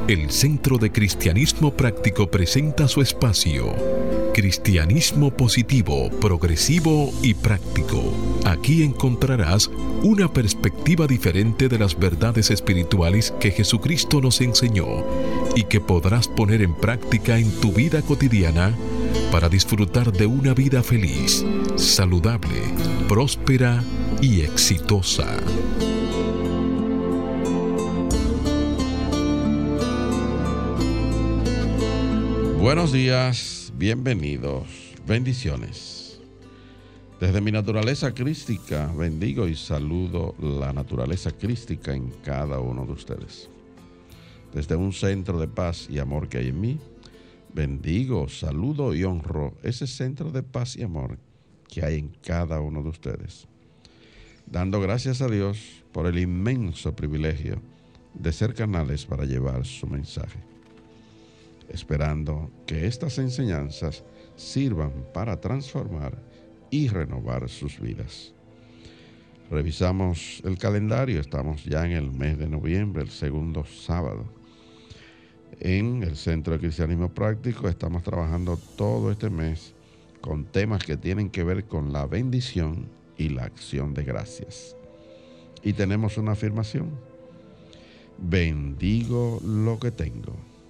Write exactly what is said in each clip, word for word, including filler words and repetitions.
El Centro de Cristianismo Práctico presenta su espacio, Cristianismo Positivo, Progresivo y Práctico. Aquí encontrarás una perspectiva diferente de las verdades espirituales que Jesucristo nos enseñó y que podrás poner en práctica en tu vida cotidiana para disfrutar de una vida feliz, saludable, próspera y exitosa. Buenos días, bienvenidos, bendiciones. Desde mi naturaleza crística, bendigo y saludo la naturaleza crística en cada uno de ustedes. Desde un centro de paz y amor que hay en mí, bendigo, saludo y honro ese centro de paz y amor que hay en cada uno de ustedes. Dando gracias a Dios por el inmenso privilegio de ser canales para llevar su mensaje. Esperando que estas enseñanzas sirvan para transformar y renovar sus vidas. Revisamos el calendario, estamos ya en el mes de noviembre, el segundo sábado. En el Centro de Cristianismo Práctico estamos trabajando todo este mes con temas que tienen que ver con la bendición y la acción de gracias. Y tenemos una afirmación: bendigo lo que tengo.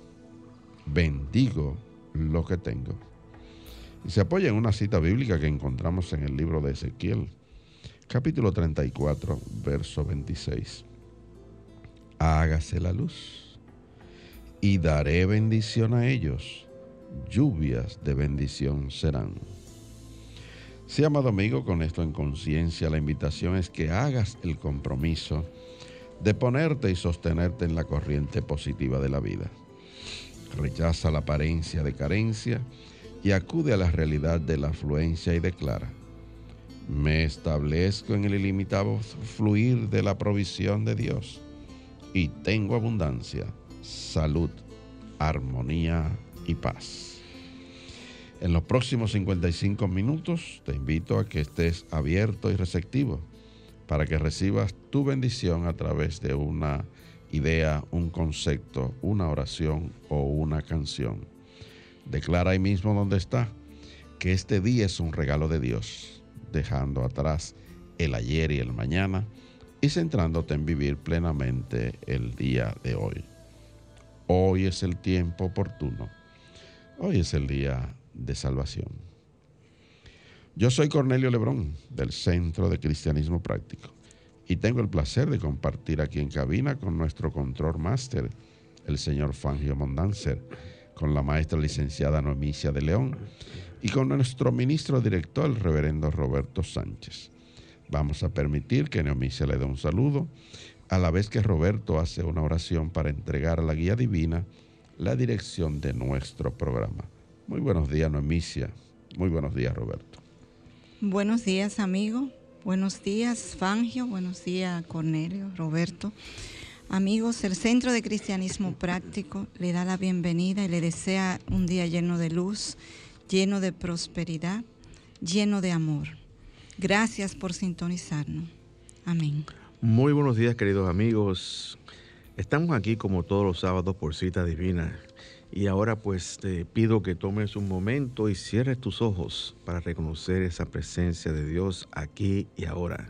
Bendigo lo que tengo. Y se apoya en una cita bíblica que encontramos en el libro de Ezequiel, capítulo treinta y cuatro, verso veintiséis. Hágase la luz, y daré bendición a ellos, lluvias de bendición serán. Sí, amado amigo, con esto en conciencia, la invitación es que hagas el compromiso de ponerte y sostenerte en la corriente positiva de la vida. Rechaza la apariencia de carencia y acude a la realidad de la afluencia y declara: me establezco en el ilimitado fluir de la provisión de Dios y tengo abundancia, salud, armonía y paz. En los próximos cincuenta y cinco minutos te invito a que estés abierto y receptivo para que recibas tu bendición a través de una idea, un concepto, una oración o una canción. Declara ahí mismo donde está que este día es un regalo de Dios, dejando atrás el ayer y el mañana y centrándote en vivir plenamente el día de hoy. Hoy es el tiempo oportuno. Hoy es el día de salvación. Yo soy Cornelio Lebrón, del Centro de Cristianismo Práctico, y tengo el placer de compartir aquí en cabina con nuestro control máster, el señor Fangio Mondanzer, con la maestra licenciada Noemicia de León y con nuestro ministro director, el reverendo Roberto Sánchez. Vamos a permitir que Noemicia le dé un saludo, a la vez que Roberto hace una oración para entregar a la guía divina la dirección de nuestro programa. Muy buenos días, Noemicia. Muy buenos días, Roberto. Buenos días, amigo. Buenos días, Fangio. Buenos días, Cornelio, Roberto. Amigos, el Centro de Cristianismo Práctico le da la bienvenida y le desea un día lleno de luz, lleno de prosperidad, lleno de amor. Gracias por sintonizarnos. Amén. Muy buenos días, queridos amigos. Estamos aquí como todos los sábados por cita divina. Y ahora pues te pido que tomes un momento y cierres tus ojos para reconocer esa presencia de Dios aquí y ahora.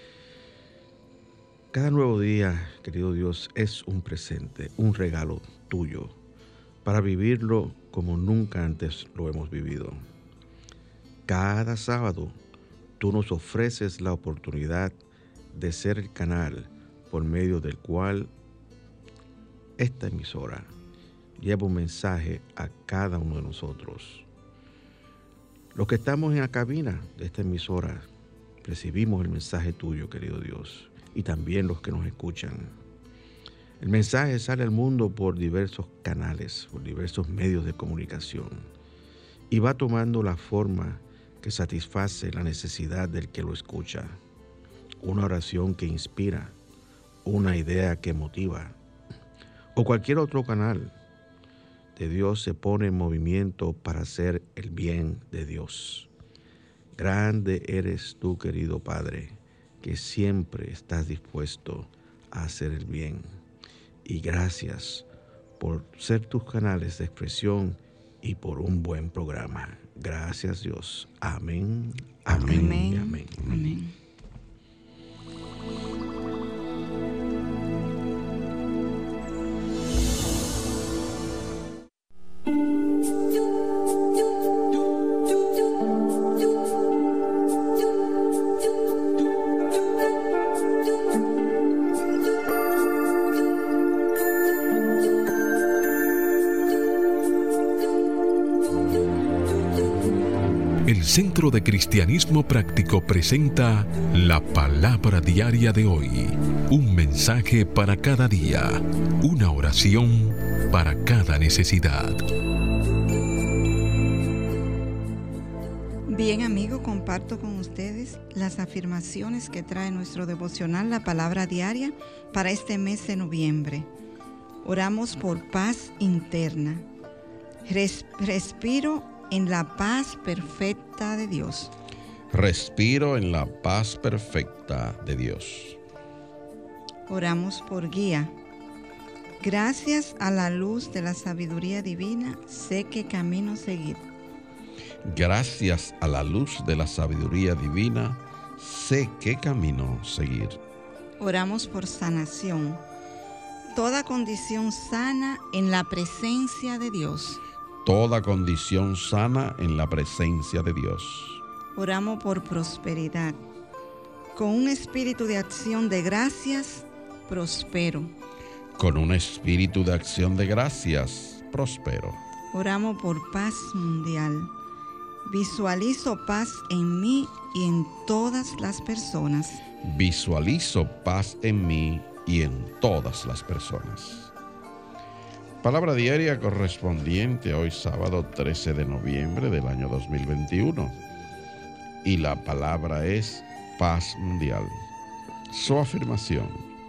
Cada nuevo día, querido Dios, es un presente, un regalo tuyo, para vivirlo como nunca antes lo hemos vivido. Cada sábado, tú nos ofreces la oportunidad de ser el canal por medio del cual esta emisora lleva un mensaje a cada uno de nosotros. Los que estamos en la cabina de esta emisora recibimos el mensaje tuyo, querido Dios, y también los que nos escuchan. El mensaje sale al mundo por diversos canales, por diversos medios de comunicación, y va tomando la forma que satisface la necesidad del que lo escucha. Una oración que inspira, una idea que motiva, o cualquier otro canal de Dios se pone en movimiento para hacer el bien de Dios. Grande eres tú, querido Padre, que siempre estás dispuesto a hacer el bien. Y gracias por ser tus canales de expresión y por un buen programa. Gracias, Dios. Amén. Amén. Amén. Y amén. Amén. El Centro de Cristianismo Práctico presenta la Palabra Diaria de hoy. Un mensaje para cada día. Una oración para cada necesidad. Bien, amigo, comparto con ustedes las afirmaciones que trae nuestro devocional, la Palabra Diaria, para este mes de noviembre. Oramos por paz interna. Res- respiro en la paz perfecta de Dios. Respiro en la paz perfecta de Dios. Oramos por guía. Gracias a la luz de la sabiduría divina, sé qué camino seguir. Gracias a la luz de la sabiduría divina, sé qué camino seguir. Oramos por sanación. Toda condición sana en la presencia de Dios. Toda condición sana en la presencia de Dios. Oramos por prosperidad. Con un espíritu de acción de gracias, prospero. Con un espíritu de acción de gracias, prospero. Oramos por paz mundial. Visualizo paz en mí y en todas las personas. Visualizo paz en mí y en todas las personas. Palabra diaria correspondiente a hoy sábado trece de noviembre del año dos mil veintiuno. Y la palabra es paz mundial. Su afirmación: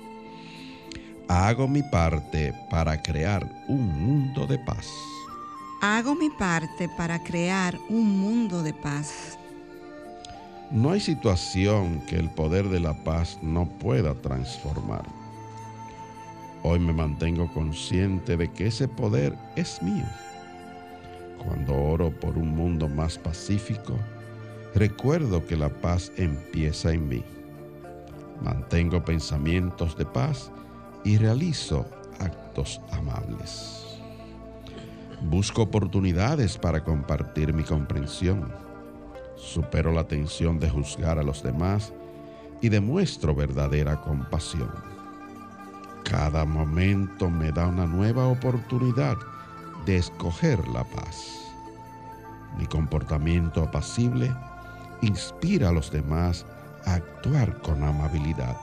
hago mi parte para crear un mundo de paz. Hago mi parte para crear un mundo de paz. No hay situación que el poder de la paz no pueda transformar. Hoy me mantengo consciente de que ese poder es mío. Cuando oro por un mundo más pacífico, recuerdo que la paz empieza en mí. Mantengo pensamientos de paz y realizo actos amables. Busco oportunidades para compartir mi comprensión. Supero la tensión de juzgar a los demás y demuestro verdadera compasión. Cada momento me da una nueva oportunidad de escoger la paz. Mi comportamiento apacible inspira a los demás a actuar con amabilidad.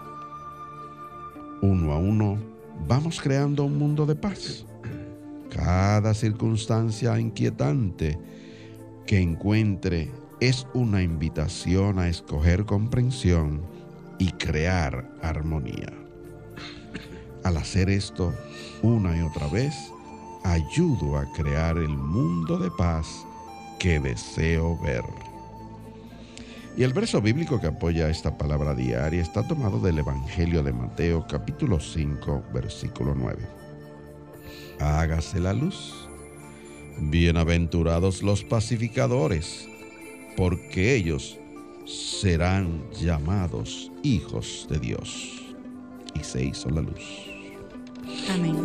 Uno a uno vamos creando un mundo de paz. Cada circunstancia inquietante que encuentre es una invitación a escoger comprensión y crear armonía. Al hacer esto una y otra vez, ayudo a crear el mundo de paz que deseo ver. Y el verso bíblico que apoya esta palabra diaria está tomado del Evangelio de Mateo, capítulo cinco, versículo nueve. Hágase la luz. Bienaventurados los pacificadores, porque ellos serán llamados hijos de Dios. Y se hizo la luz. Amén.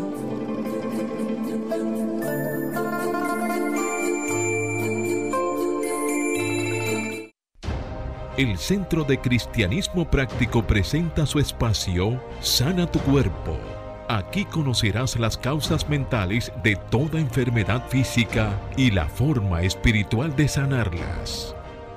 El Centro de Cristianismo Práctico presenta su espacio Sana tu Cuerpo. Aquí conocerás las causas mentales de toda enfermedad física y la forma espiritual de sanarlas.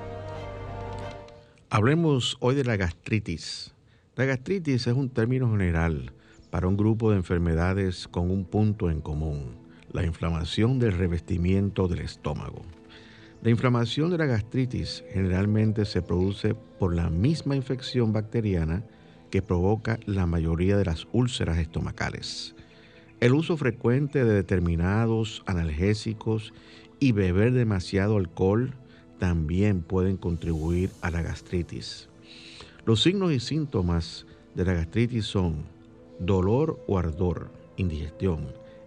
Hablemos hoy de la gastritis. La gastritis es un término general para un grupo de enfermedades con un punto en común: la inflamación del revestimiento del estómago. La inflamación de la gastritis generalmente se produce por la misma infección bacteriana que provoca la mayoría de las úlceras estomacales. El uso frecuente de determinados analgésicos y beber demasiado alcohol también pueden contribuir a la gastritis. Los signos y síntomas de la gastritis son dolor o ardor, indigestión,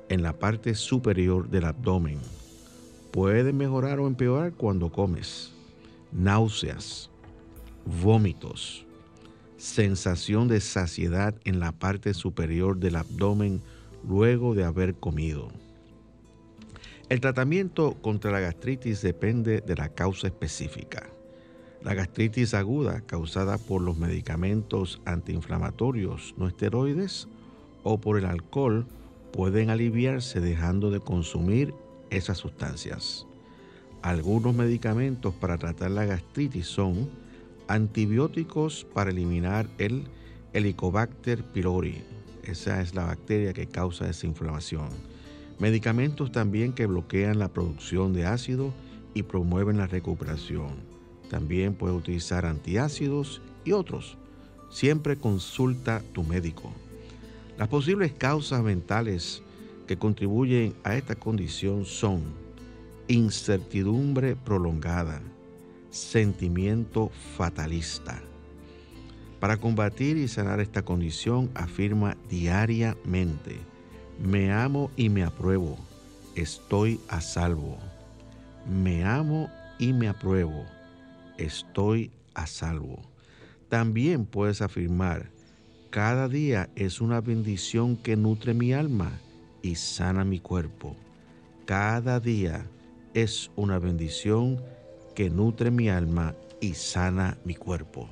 en la parte superior del abdomen. Puede mejorar o empeorar cuando comes. Náuseas, vómitos, sensación de saciedad en la parte superior del abdomen luego de haber comido. El tratamiento contra la gastritis depende de la causa específica. La gastritis aguda causada por los medicamentos antiinflamatorios no esteroides o por el alcohol pueden aliviarse dejando de consumir esas sustancias. Algunos medicamentos para tratar la gastritis son antibióticos para eliminar el Helicobacter pylori. Esa es la bacteria que causa esa inflamación. Medicamentos también que bloquean la producción de ácido y promueven la recuperación. También puede utilizar antiácidos y otros. Siempre consulta tu médico. Las posibles causas mentales que contribuyen a esta condición son incertidumbre prolongada, sentimiento fatalista. Para combatir y sanar esta condición, afirma diariamente: me amo y me apruebo, estoy a salvo. Me amo y me apruebo, estoy a salvo. También puedes afirmar: cada día es una bendición que nutre mi alma y sana mi cuerpo. Cada día es una bendición que nutre mi alma y sana mi cuerpo.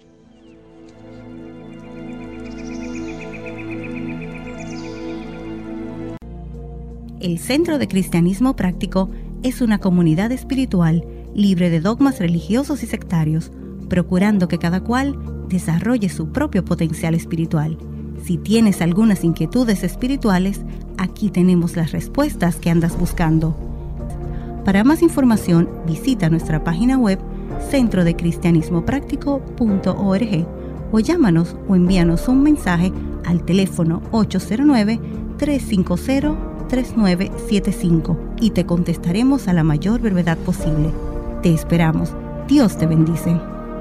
El Centro de Cristianismo Práctico es una comunidad espiritual libre de dogmas religiosos y sectarios, procurando que cada cual desarrolle su propio potencial espiritual. Si tienes algunas inquietudes espirituales, aquí tenemos las respuestas que andas buscando. Para más información, visita nuestra página web centro de cristianismo práctico punto org o llámanos o envíanos un mensaje al teléfono ocho cero nueve, tres cinco cero, tres nueve siete cinco y te contestaremos a la mayor brevedad posible. Te esperamos. Dios te bendice.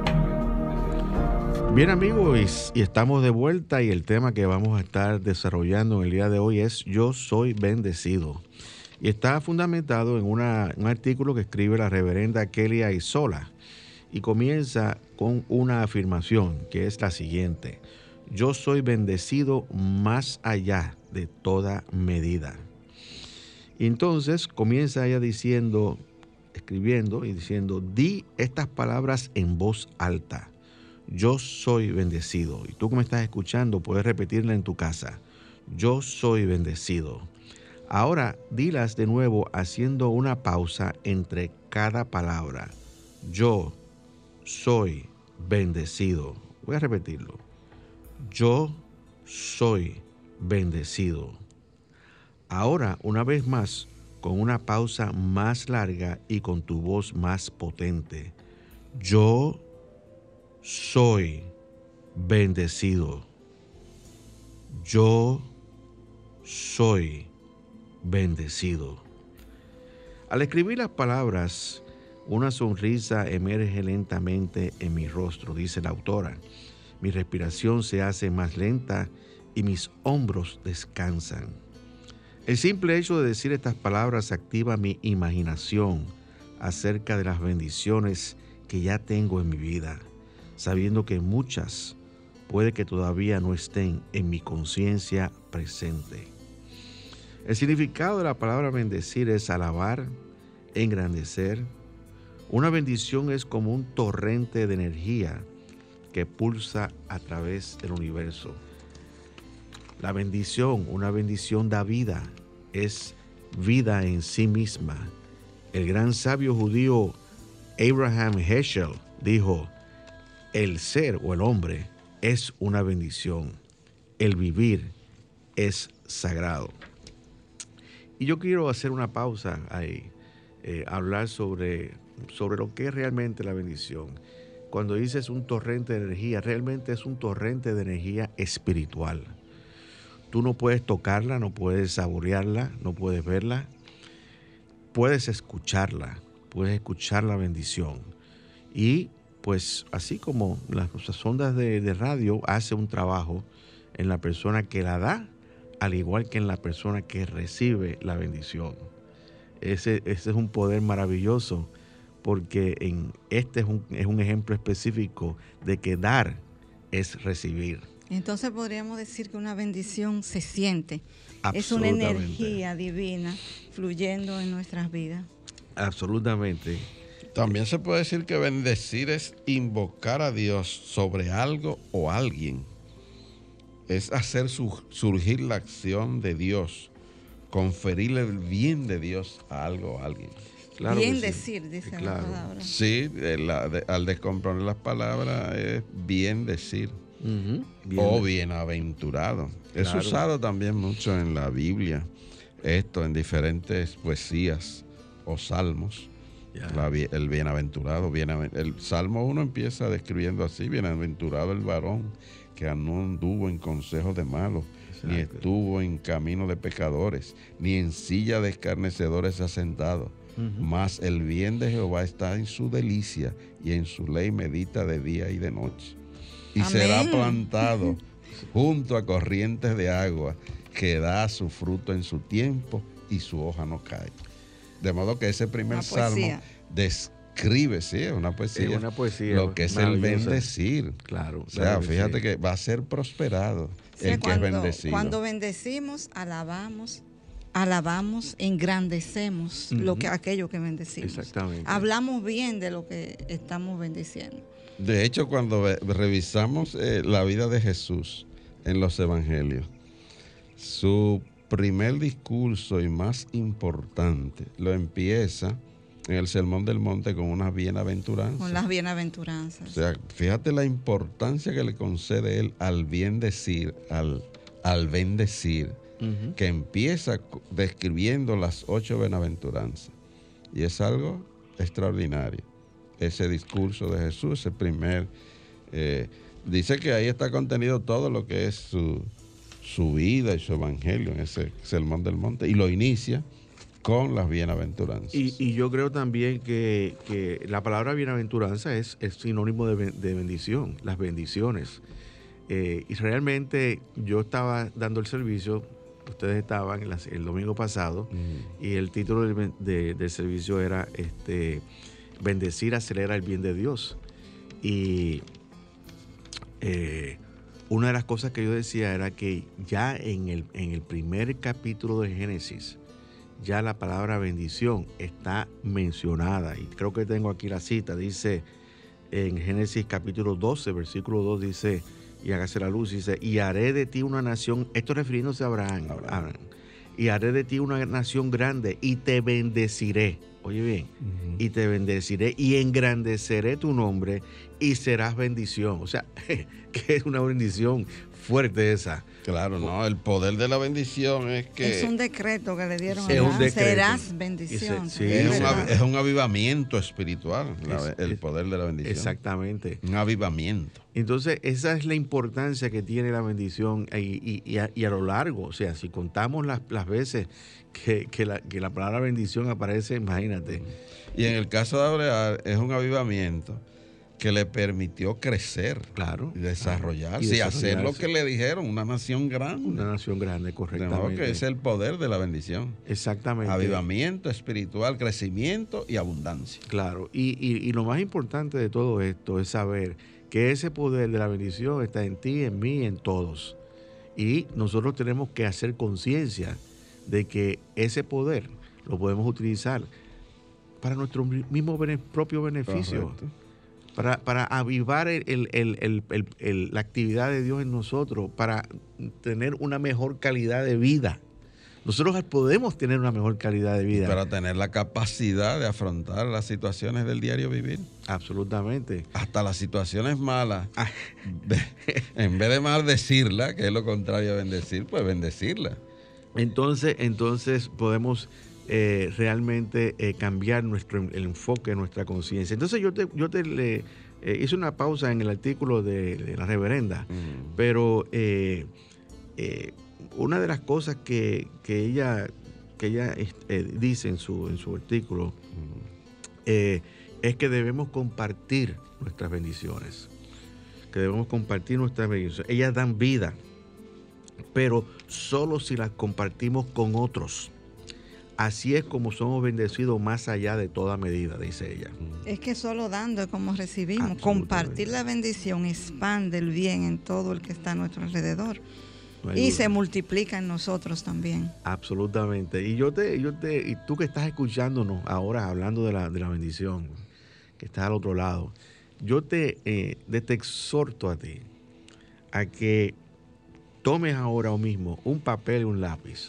Bien, amigos, y estamos de vuelta y el tema que vamos a estar desarrollando en el día de hoy es Yo soy bendecido. Y está fundamentado en una, un artículo que escribe la reverenda Kelly Aisola y comienza con una afirmación que es la siguiente: yo soy bendecido más allá de toda medida. Y entonces comienza ella diciendo, escribiendo y diciendo: di estas palabras en voz alta. Yo soy bendecido. Y tú que me estás escuchando puedes repetirla en tu casa. Yo soy bendecido. Ahora dilas de nuevo haciendo una pausa entre cada palabra. Yo soy bendecido. Voy a repetirlo. Yo soy bendecido. Ahora, una vez más, con una pausa más larga y con tu voz más potente. Yo soy bendecido. Yo soy bendecido. Al escribir las palabras, una sonrisa emerge lentamente en mi rostro, dice la autora. Mi respiración se hace más lenta y mis hombros descansan. El simple hecho de decir estas palabras activa mi imaginación acerca de las bendiciones que ya tengo en mi vida, sabiendo que muchas puede que todavía no estén en mi conciencia presente. El significado de la palabra bendecir es alabar, engrandecer. Una bendición es como un torrente de energía que pulsa a través del universo. La bendición, una bendición da vida, es vida en sí misma. El gran sabio judío Abraham Heschel dijo: el ser o el hombre es una bendición, el vivir es sagrado. Y yo quiero hacer una pausa ahí, eh, hablar sobre, sobre lo que es realmente la bendición. Cuando dices un torrente de energía, realmente es un torrente de energía espiritual. Tú no puedes tocarla, no puedes saborearla, no puedes verla. Puedes escucharla, puedes escuchar la bendición. Y pues así como las, las ondas de, de radio hace un trabajo en la persona que la da, al igual que en la persona que recibe la bendición. Ese, ese es un poder maravilloso, porque en este es un, es un ejemplo específico de que dar es recibir. Entonces podríamos decir que una bendición se siente. Es una energía divina fluyendo en nuestras vidas. Absolutamente. También se puede decir que bendecir es invocar a Dios sobre algo o alguien. Es hacer su, surgir la acción de Dios, conferirle el bien de Dios a algo o a alguien. Claro bien decir, dice sí, claro. La palabra. Sí, la, de, al descomponer las palabras es bien decir. Uh-huh. Bien. O bienaventurado. Claro. Es usado también mucho en la Biblia, esto en diferentes poesías o salmos. Yeah. La, el bienaventurado, bienaventurado. El Salmo uno empieza describiendo así: bienaventurado el varón que no anduvo en consejos de malos, exacto, ni estuvo en camino de pecadores, ni en silla de escarnecedores ha sentado. Uh-huh. Mas el bien de Jehová está en su delicia, y en su ley medita de día y de noche. Y amén, será plantado junto a corrientes de agua, que da su fruto en su tiempo y su hoja no cae. De modo que ese primer una salmo poesía. describe, sí, es una poesía, es una poesía, lo que es el bendecir. Claro. O sea, fíjate que va a ser prosperado sí, el cuando, que es bendecido. Cuando bendecimos, alabamos, alabamos, engrandecemos uh-huh. lo que, aquello que bendecimos. Exactamente. Hablamos bien de lo que estamos bendiciendo. De hecho, cuando revisamos eh, la vida de Jesús en los evangelios, su primer discurso y más importante lo empieza en el Sermón del Monte con unas bienaventuranzas. Con las bienaventuranzas. O sea, fíjate la importancia que le concede él al bien decir, al, al bendecir, uh-huh. que empieza describiendo las ocho bienaventuranzas. Y es algo extraordinario. Ese discurso de Jesús, ese primer, eh, dice que ahí está contenido todo lo que es su, su vida y su evangelio en ese Sermón del Monte, y lo inicia con las bienaventuranzas. Y, y yo creo también que, que la palabra bienaventuranza es, es sinónimo de, de bendición, las bendiciones. Eh, y realmente yo estaba dando el servicio, ustedes estaban el, el domingo pasado, mm. y el título de, de, del servicio era este, Bendecir acelera el bien de Dios. Y eh, una de las cosas que yo decía era que ya en el, en el primer capítulo de Génesis, ya la palabra bendición está mencionada. Y creo que tengo aquí la cita. Dice en Génesis capítulo doce, versículo dos, dice, y hágase la luz, dice, y haré de ti una nación, esto refiriéndose a Abraham, Abraham. Abraham, y haré de ti una nación grande y te bendeciré. Oye bien, uh-huh. y te bendeciré y engrandeceré tu nombre y serás bendición. O sea, que es una bendición fuerte esa. Claro, no, el poder de la bendición es que... Es un decreto que le dieron a Abraham, serás bendición. Se, sí, es, un, es un avivamiento espiritual, la, es, el poder de la bendición. Exactamente. Un avivamiento. Entonces, esa es la importancia que tiene la bendición y, y, y, a, y a lo largo, o sea, si contamos las, las veces que, que, la, que la palabra bendición aparece, imagínate. Y en el caso de Abraham es un avivamiento que le permitió crecer, claro, y desarrollarse, y, y hacer lo que le dijeron, una nación grande. Una nación grande, correctamente. De modo que es el poder de la bendición. Exactamente. Avivamiento espiritual, crecimiento y abundancia. Claro, y, y, y lo más importante de todo esto es saber que ese poder de la bendición está en ti, en mí, en todos. Y nosotros tenemos que hacer conciencia de que ese poder lo podemos utilizar para nuestro mismo bene, propio beneficio. Correcto. Para, para avivar el, el, el, el, el, el, la actividad de Dios en nosotros, para tener una mejor calidad de vida. Nosotros podemos tener una mejor calidad de vida. Para tener la capacidad de afrontar las situaciones del diario vivir. Absolutamente. Hasta las situaciones malas. En vez de maldecirla, que es lo contrario a bendecir, pues bendecirla. Entonces, entonces podemos... Eh, realmente eh, cambiar nuestro el enfoque, nuestra conciencia. Entonces yo te, yo te le, eh, hice una pausa en el artículo de, de la reverenda, mm. pero eh, eh, una de las cosas que, que ella, que ella eh, dice en su, en su artículo mm. eh, es que debemos compartir nuestras bendiciones, que debemos compartir nuestras bendiciones. Ellas dan vida. pero solo si las compartimos con otros. Así es como somos bendecidos más allá de toda medida, dice ella. Es que solo dando es como recibimos. Compartir la bendición expande el bien en todo el que está a nuestro alrededor. No y duda. Se multiplica en nosotros también. Absolutamente. Y yo te, yo te, y tú que estás escuchándonos ahora hablando de la, de la bendición, que estás al otro lado, yo te, eh, te exhorto a ti a que tomes ahora mismo un papel y un lápiz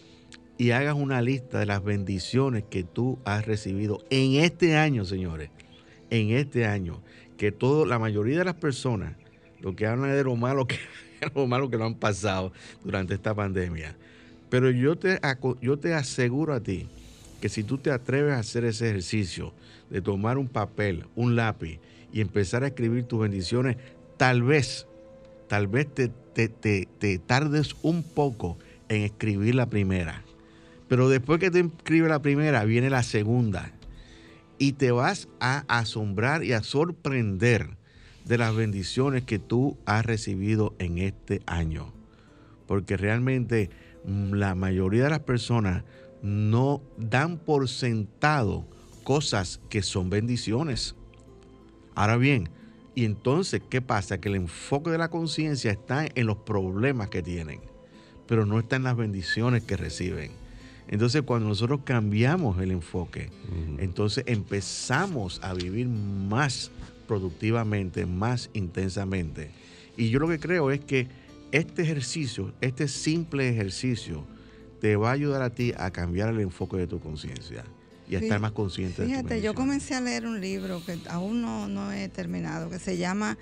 y hagas una lista de las bendiciones que tú has recibido en este año, señores. En este año. Que todo, la mayoría de las personas, lo que hablan es de lo malo que, lo malo que lo han pasado durante esta pandemia. Pero yo te, yo te aseguro a ti que si tú te atreves a hacer ese ejercicio de tomar un papel, un lápiz y empezar a escribir tus bendiciones, tal vez, tal vez te, te, te, te tardes un poco en escribir la primera. Pero después que te escribes la primera, viene la segunda. Y te vas a asombrar y a sorprender de las bendiciones que tú has recibido en este año. Porque realmente la mayoría de las personas no dan por sentado cosas que son bendiciones. Ahora bien, y entonces, ¿qué pasa? Que el enfoque de la conciencia está en los problemas que tienen, pero no está en las bendiciones que reciben. Entonces, cuando nosotros cambiamos el enfoque, uh-huh. entonces empezamos a vivir más productivamente, más intensamente. Y yo lo que creo es que este ejercicio, este simple ejercicio, te va a ayudar a ti a cambiar el enfoque de tu conciencia y a sí, estar más consciente de tu Fíjate, yo comencé a leer un libro que aún no, no he terminado, que se llama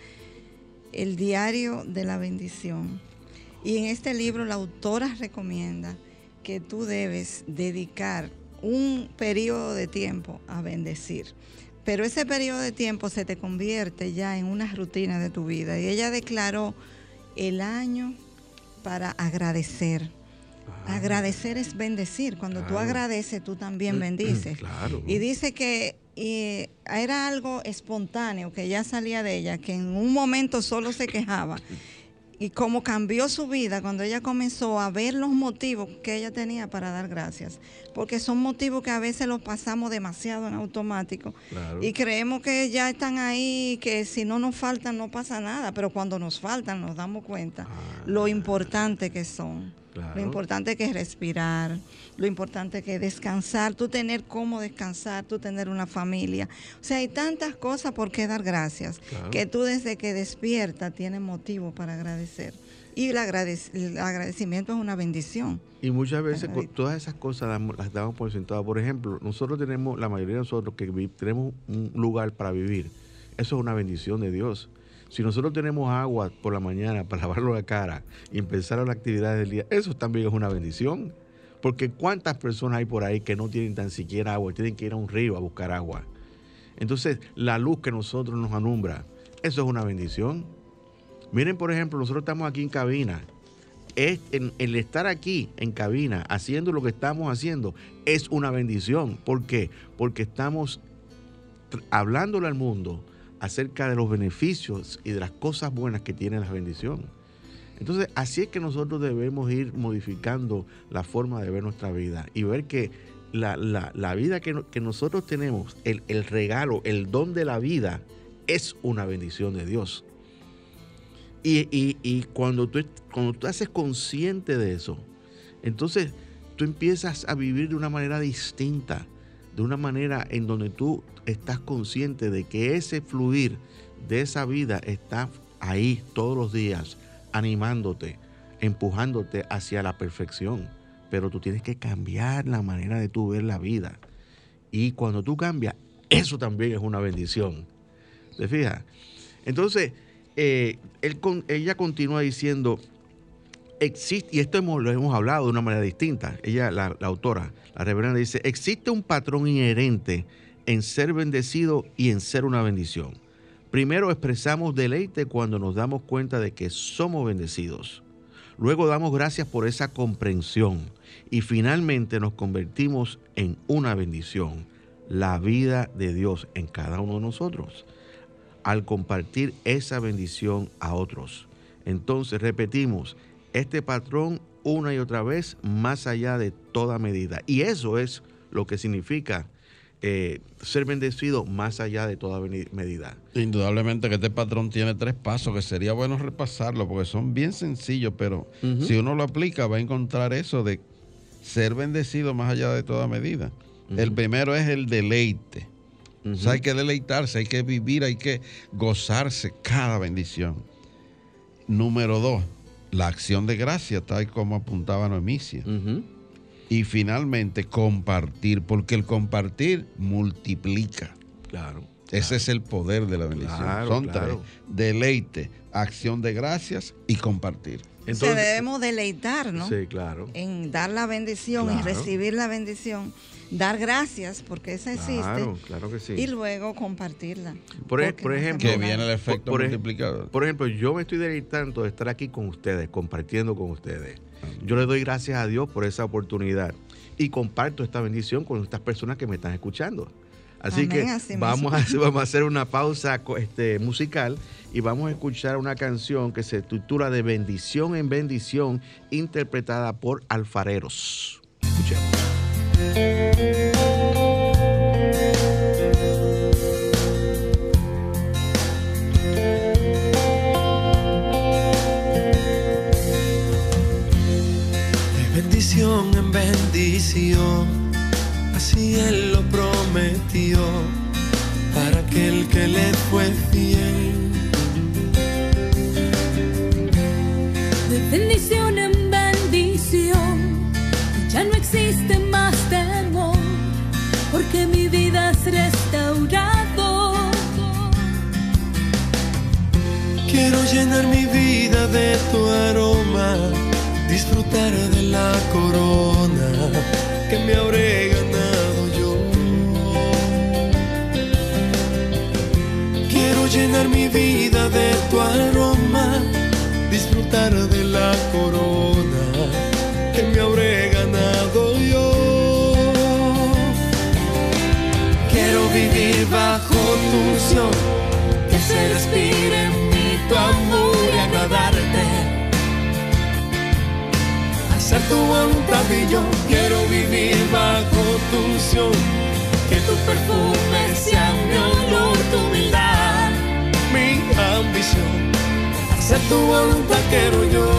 El Diario de la Bendición. Y en este libro la autora recomienda que tú debes dedicar un periodo de tiempo a bendecir. Pero ese periodo de tiempo se te convierte ya en una rutina de tu vida. Y ella declaró el año para agradecer. Ah, agradecer es bendecir. Cuando claro. tú agradeces, tú también bendices. Claro. Y dice que y era algo espontáneo que ya salía de ella, que en un momento solo se quejaba. Y cómo cambió su vida cuando ella comenzó a ver los motivos que ella tenía para dar gracias. Porque son motivos que a veces los pasamos demasiado en automático. Claro. Y creemos que ya están ahí, que si no nos faltan no pasa nada. Pero cuando nos faltan nos damos cuenta ah. lo importante que son. Claro. Lo importante que es respirar, lo importante que es descansar, tú tener cómo descansar, tú tener una familia. O sea, hay tantas cosas por qué dar gracias, claro. que tú desde que despiertas tienes motivo para agradecer. Y el, agradec- el agradecimiento es una bendición. Y muchas veces con todas esas cosas damos, las damos por sentado. Por ejemplo, nosotros tenemos, la mayoría de nosotros que vi- tenemos un lugar para vivir. Eso es una bendición de Dios. Si nosotros tenemos agua por la mañana para lavarnos la cara y empezar las actividades del día, eso también es una bendición. Porque ¿cuántas personas hay por ahí que no tienen tan siquiera agua? Tienen que ir a un río a buscar agua. Entonces, la luz que nosotros nos alumbra, eso es una bendición. Miren, por ejemplo, nosotros estamos aquí en cabina. Es, en, el estar aquí en cabina haciendo lo que estamos haciendo es una bendición. ¿Por qué? Porque estamos tr- hablándole al mundo acerca de los beneficios y de las cosas buenas que tiene la bendición. Entonces, así es que nosotros debemos ir modificando la forma de ver nuestra vida y ver que la, la, la vida que, que nosotros tenemos, el, el regalo, el don de la vida, es una bendición de Dios. Y, y, y cuando, tú, cuando tú haces consciente de eso, entonces tú empiezas a vivir de una manera distinta, de una manera en donde tú estás consciente de que ese fluir de esa vida está ahí todos los días, animándote, empujándote hacia la perfección. Pero tú tienes que cambiar la manera de tú ver la vida. Y cuando tú cambias, eso también es una bendición. ¿Te fijas? Entonces, eh, él, ella continúa diciendo, existe, y esto hemos, lo hemos hablado de una manera distinta. Ella, la, la autora, la reverenda, dice, existe un patrón inherente en ser bendecido y en ser una bendición. Primero expresamos deleite cuando nos damos cuenta de que somos bendecidos. Luego damos gracias por esa comprensión y finalmente nos convertimos en una bendición, la vida de Dios en cada uno de nosotros, al compartir esa bendición a otros. Entonces repetimos, este patrón una y otra vez más allá de toda medida. Y eso es lo que significa eh, ser bendecido más allá de toda medida. Indudablemente que este patrón tiene tres pasos que sería bueno repasarlo porque son bien sencillos, pero uh-huh. si uno lo aplica va a encontrar eso de ser bendecido más allá de toda medida. Uh-huh. El primero es el deleite. Uh-huh. O sea, hay que deleitarse, hay que vivir, hay que gozarse cada bendición. Número dos, la acción de gracia, tal como apuntaba Noemicia. Uh-huh. Y finalmente, compartir, porque el compartir multiplica. Claro. Ese claro. es el poder de la bendición. Claro, Son claro. tres: deleite, acción de gracias y compartir. Entonces, debemos deleitar, ¿no? Sí, claro. En dar la bendición claro. y recibir la bendición. Dar gracias, porque esa existe. Claro, claro que sí. Y luego compartirla. Por, e- por ejemplo, que viene el efecto por, multiplicador. Por ejemplo, yo me estoy deleitando de estar aquí con ustedes, compartiendo con ustedes. Yo le doy gracias a Dios por esa oportunidad y comparto esta bendición con estas personas que me están escuchando. Así Amén, que así vamos a, hacer, vamos a hacer una pausa este, musical y vamos a escuchar una canción que se titula De bendición en bendición, interpretada por Alfareros. Escuchemos. De bendición en bendición, así Él lo prometió para aquel que le fue fiel. De bendición en bendición, ya no existe más temor, porque mi vida es restaurado. Quiero llenar mi vida de tu aroma, disfrutar de la corona que me habré ganado yo. Quiero llenar mi vida de tu aroma, disfrutar de la corona que me habré ganado yo. Quiero vivir bajo tu unción, que se respire en mí tu amor y agradarte, hacer tu voluntad y yo quiero vivir bajo tu unción, que tu perfume sea mi olor, tu humildad, mi ambición, hacer tu voluntad quiero yo.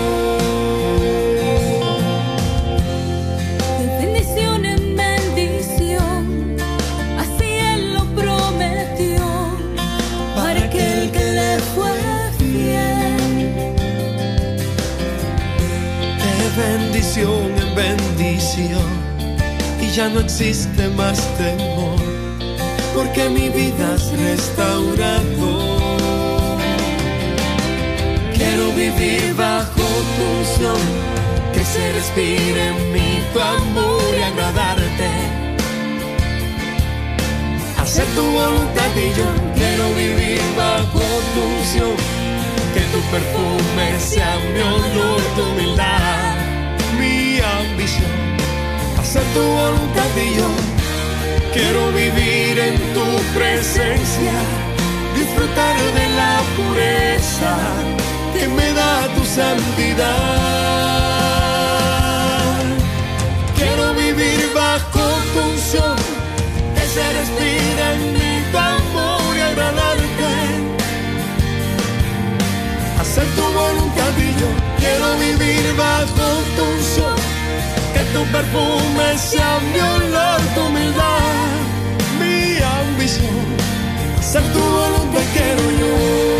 De bendición en bendición, así Él lo prometió para aquel que le fue fiel. De bendición en bendición, y ya no existe más temor, porque mi vida es restaurado. Quiero vivir bajo tu unción, que se respire en mí tu amor y agradarte, hacer tu voluntad y yo quiero vivir bajo tu unción, que tu perfume sea mi olor, tu humildad, mi ambición, hacer tu voluntad y yo quiero vivir en tu presencia, disfrutar de la pureza que me da tu santidad. Quiero vivir bajo tu unción, que se respira en mí tu amor y agradarte, hacer tu voluntad y yo quiero vivir bajo tu unción, que tu perfume sea mi olor, tu humildad, mi ambición, hacer tu voluntad quiero yo.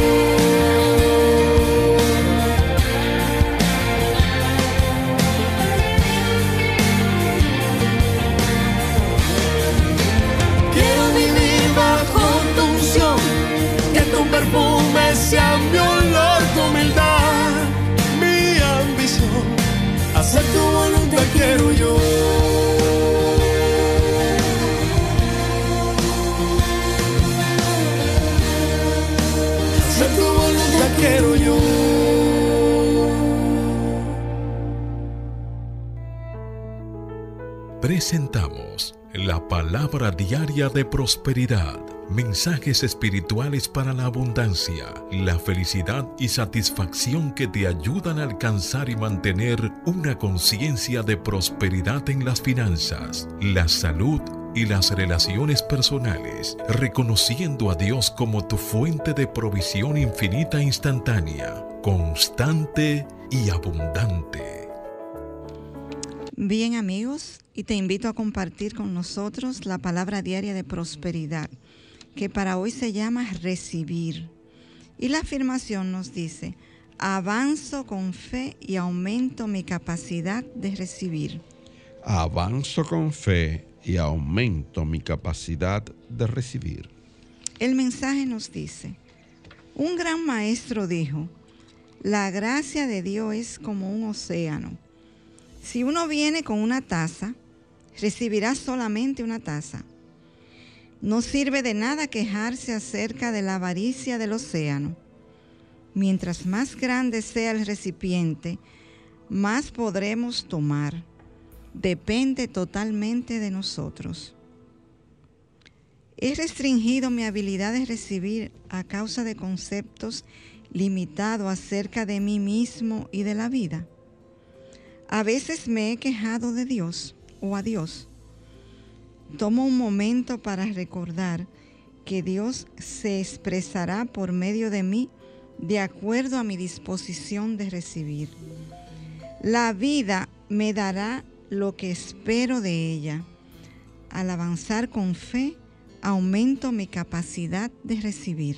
Perfume sea mi olor, tu humildad, mi ambición, hacer tu voluntad quiero yo. Hacer tu voluntad quiero yo. Presentamos La palabra diaria de prosperidad. Mensajes espirituales para la abundancia, la felicidad y satisfacción que te ayudan a alcanzar y mantener una conciencia de prosperidad en las finanzas, la salud y las relaciones personales, reconociendo a Dios como tu fuente de provisión infinita e instantánea, constante y abundante. Bien, amigos, y te invito a compartir con nosotros la palabra diaria de prosperidad, que para hoy se llama recibir. Y la afirmación nos dice: avanzo con fe y aumento mi capacidad de recibir. Avanzo con fe y aumento mi capacidad de recibir. El mensaje nos dice: un gran maestro dijo, la gracia de Dios es como un océano. Si uno viene con una taza, recibirá solamente una taza. No sirve de nada quejarse acerca de la avaricia del océano. Mientras más grande sea el recipiente, más podremos tomar. Depende totalmente de nosotros. He restringido mi habilidad de recibir a causa de conceptos limitados acerca de mí mismo y de la vida. A veces me he quejado de Dios o a Dios. Tomo un momento para recordar que Dios se expresará por medio de mí de acuerdo a mi disposición de recibir. La vida me dará lo que espero de ella. Al avanzar con fe, aumento mi capacidad de recibir.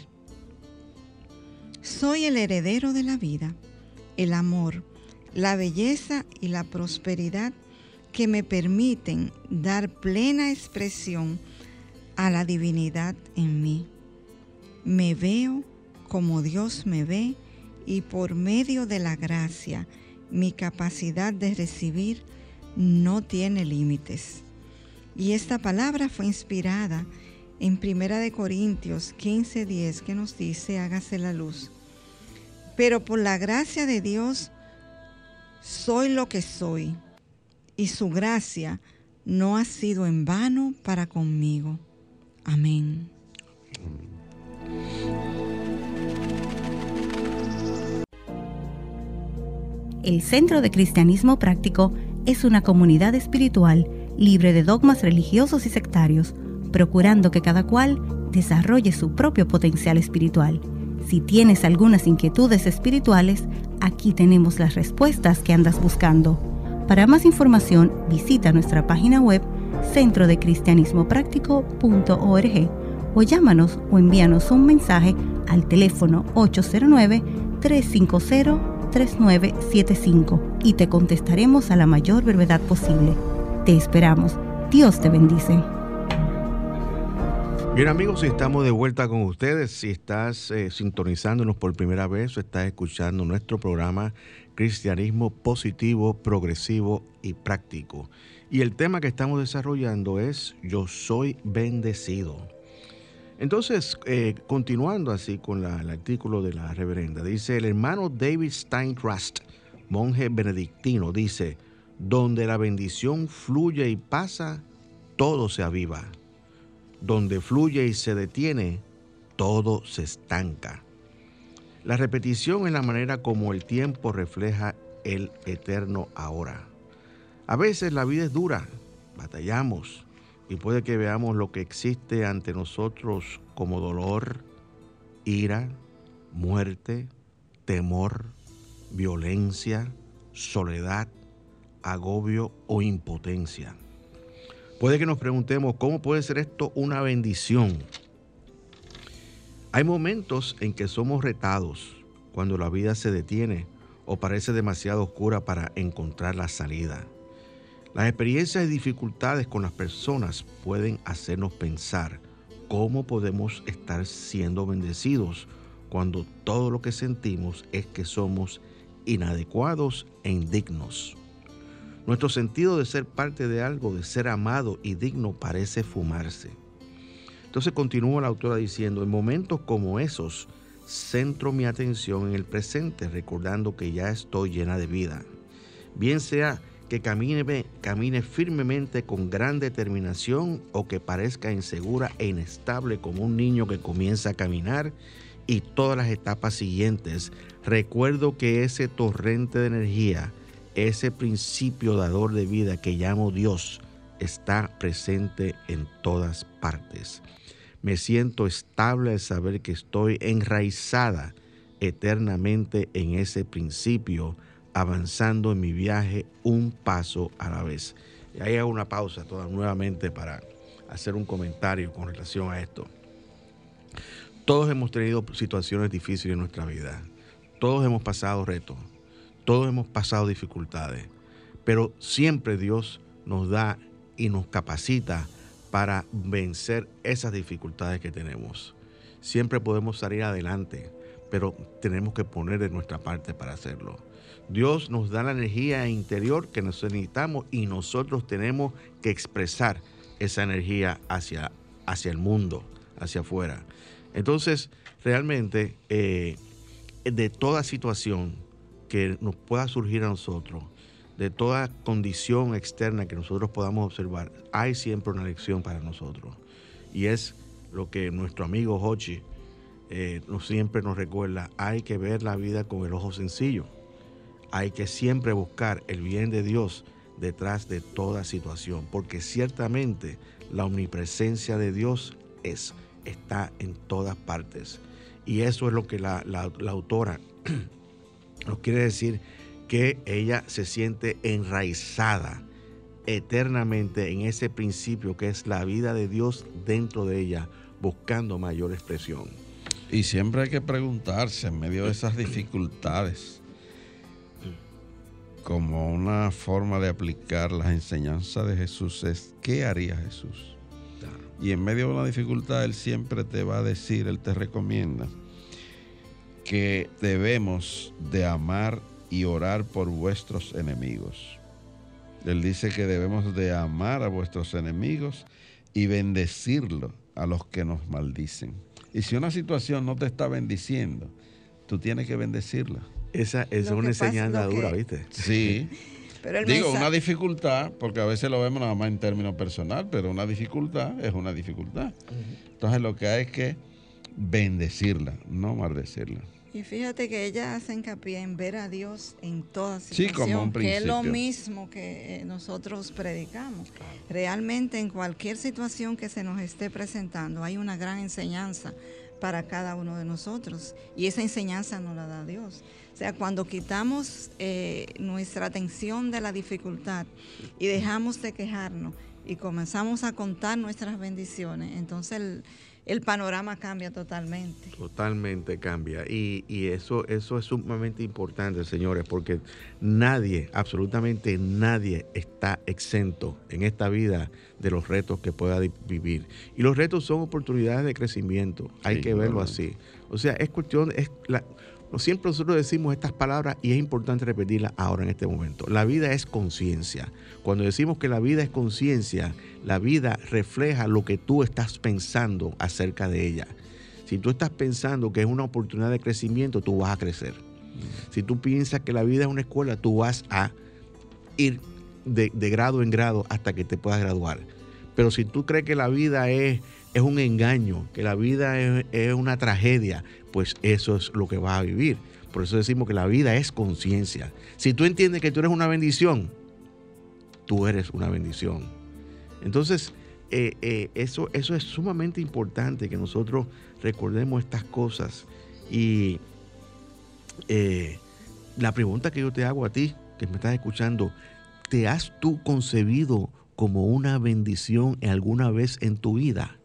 Soy el heredero de la vida, el amor, la belleza y la prosperidad que me permiten dar plena expresión a la divinidad en mí. Me veo como Dios me ve y por medio de la gracia, mi capacidad de recibir no tiene límites. Y esta palabra fue inspirada en Primera de Corintios quince diez, que nos dice: hágase la luz. Pero por la gracia de Dios soy lo que soy, y su gracia no ha sido en vano para conmigo. Amén. El Centro de Cristianismo Práctico es una comunidad espiritual libre de dogmas religiosos y sectarios, procurando que cada cual desarrolle su propio potencial espiritual. Si tienes algunas inquietudes espirituales, aquí tenemos las respuestas que andas buscando. Para más información, visita nuestra página web centro de cristianismo práctico punto org o llámanos o envíanos un mensaje al teléfono ocho cero nueve, tres cinco cero, tres nueve siete cinco y te contestaremos a la mayor brevedad posible. Te esperamos. Dios te bendice. Bien, amigos, estamos de vuelta con ustedes. Si estás eh, sintonizándonos por primera vez o estás escuchando nuestro programa Cristianismo Positivo, Progresivo y Práctico. Y el tema que estamos desarrollando es Yo soy bendecido. Entonces, eh, continuando así con la, el artículo de la reverenda, dice el hermano David Stein Trust, monje benedictino, dice: donde la bendición fluye y pasa, todo se aviva. Donde fluye y se detiene, todo se estanca. La repetición es la manera como el tiempo refleja el eterno ahora. A veces la vida es dura, batallamos y puede que veamos lo que existe ante nosotros como dolor, ira, muerte, temor, violencia, soledad, agobio o impotencia. Puede que nos preguntemos, ¿cómo puede ser esto una bendición? Hay momentos en que somos retados cuando la vida se detiene o parece demasiado oscura para encontrar la salida. Las experiencias y dificultades con las personas pueden hacernos pensar cómo podemos estar siendo bendecidos cuando todo lo que sentimos es que somos inadecuados e indignos. Nuestro sentido de ser parte de algo, de ser amado y digno, parece fumarse. Entonces continúa la autora diciendo: en momentos como esos, centro mi atención en el presente, recordando que ya estoy llena de vida. Bien sea que camine, camine firmemente con gran determinación o que parezca insegura e inestable como un niño que comienza a caminar, y todas las etapas siguientes, recuerdo que ese torrente de energía, ese principio dador de vida que llamo Dios, está presente en todas partes. Me siento estable al saber que estoy enraizada eternamente en ese principio, avanzando en mi viaje un paso a la vez. Y ahí hago una pausa toda, nuevamente para hacer un comentario con relación a esto. Todos hemos tenido situaciones difíciles en nuestra vida. Todos hemos pasado retos. Todos hemos pasado dificultades. Pero siempre Dios nos da y nos capacita para vencer esas dificultades que tenemos. Siempre podemos salir adelante, pero tenemos que poner de nuestra parte para hacerlo. Dios nos da la energía interior que necesitamos y nosotros tenemos que expresar esa energía hacia, hacia el mundo, hacia afuera. Entonces, realmente, eh, de toda situación que nos pueda surgir a nosotros, de toda condición externa que nosotros podamos observar, hay siempre una lección para nosotros. Y es lo que nuestro amigo Hochi eh, nos, siempre nos recuerda: hay que ver la vida con el ojo sencillo. Hay que siempre buscar el bien de Dios detrás de toda situación, porque ciertamente la omnipresencia de Dios es, está en todas partes. Y eso es lo que la, la, la autora nos quiere decir, que ella se siente enraizada eternamente en ese principio que es la vida de Dios dentro de ella, buscando mayor expresión. Y siempre hay que preguntarse en medio de esas dificultades, como una forma de aplicar las enseñanzas de Jesús, es ¿qué haría Jesús? Claro. Y en medio de una dificultad Él siempre te va a decir, Él te recomienda que debemos de amar y orar por vuestros enemigos. Él dice que debemos de amar a vuestros enemigos y bendecirlo a los que nos maldicen. Y si una situación no te está bendiciendo, tú tienes que bendecirla. Esa, esa es una enseñanza dura, que... ¿viste? Sí. Pero el Digo, mensaje... una dificultad, porque a veces lo vemos nada más en términos personal, pero una dificultad es una dificultad. Uh-huh. Entonces lo que hay es que bendecirla, no maldecirla. Y fíjate que ella hace hincapié en ver a Dios en toda situación, sí, como un que es lo principio. mismo que nosotros predicamos. Realmente en cualquier situación que se nos esté presentando hay una gran enseñanza para cada uno de nosotros, y esa enseñanza nos la da Dios. O sea, cuando quitamos eh, nuestra atención de la dificultad y dejamos de quejarnos y comenzamos a contar nuestras bendiciones, entonces el, el panorama cambia totalmente. Totalmente cambia. Y, y eso, eso es sumamente importante, señores, porque nadie, absolutamente nadie está exento en esta vida de los retos que pueda vivir. Y los retos son oportunidades de crecimiento. Hay sí, que verlo claro. así. O sea, es cuestión... Es la, Siempre nosotros decimos estas palabras y es importante repetirlas ahora en este momento. La vida es conciencia. Cuando decimos que la vida es conciencia, la vida refleja lo que tú estás pensando acerca de ella. Si tú estás pensando que es una oportunidad de crecimiento, tú vas a crecer. Si tú piensas que la vida es una escuela, tú vas a ir de, de grado en grado hasta que te puedas graduar. Pero si tú crees que la vida es, es un engaño, que la vida es, es una tragedia, pues eso es lo que vas a vivir. Por eso decimos que la vida es conciencia. Si tú entiendes que tú eres una bendición, tú eres una bendición. Entonces, eh, eh, eso, eso es sumamente importante, que nosotros recordemos estas cosas. Y eh, la pregunta que yo te hago a ti, que me estás escuchando, ¿te has tú concebido como una bendición alguna vez en tu vida?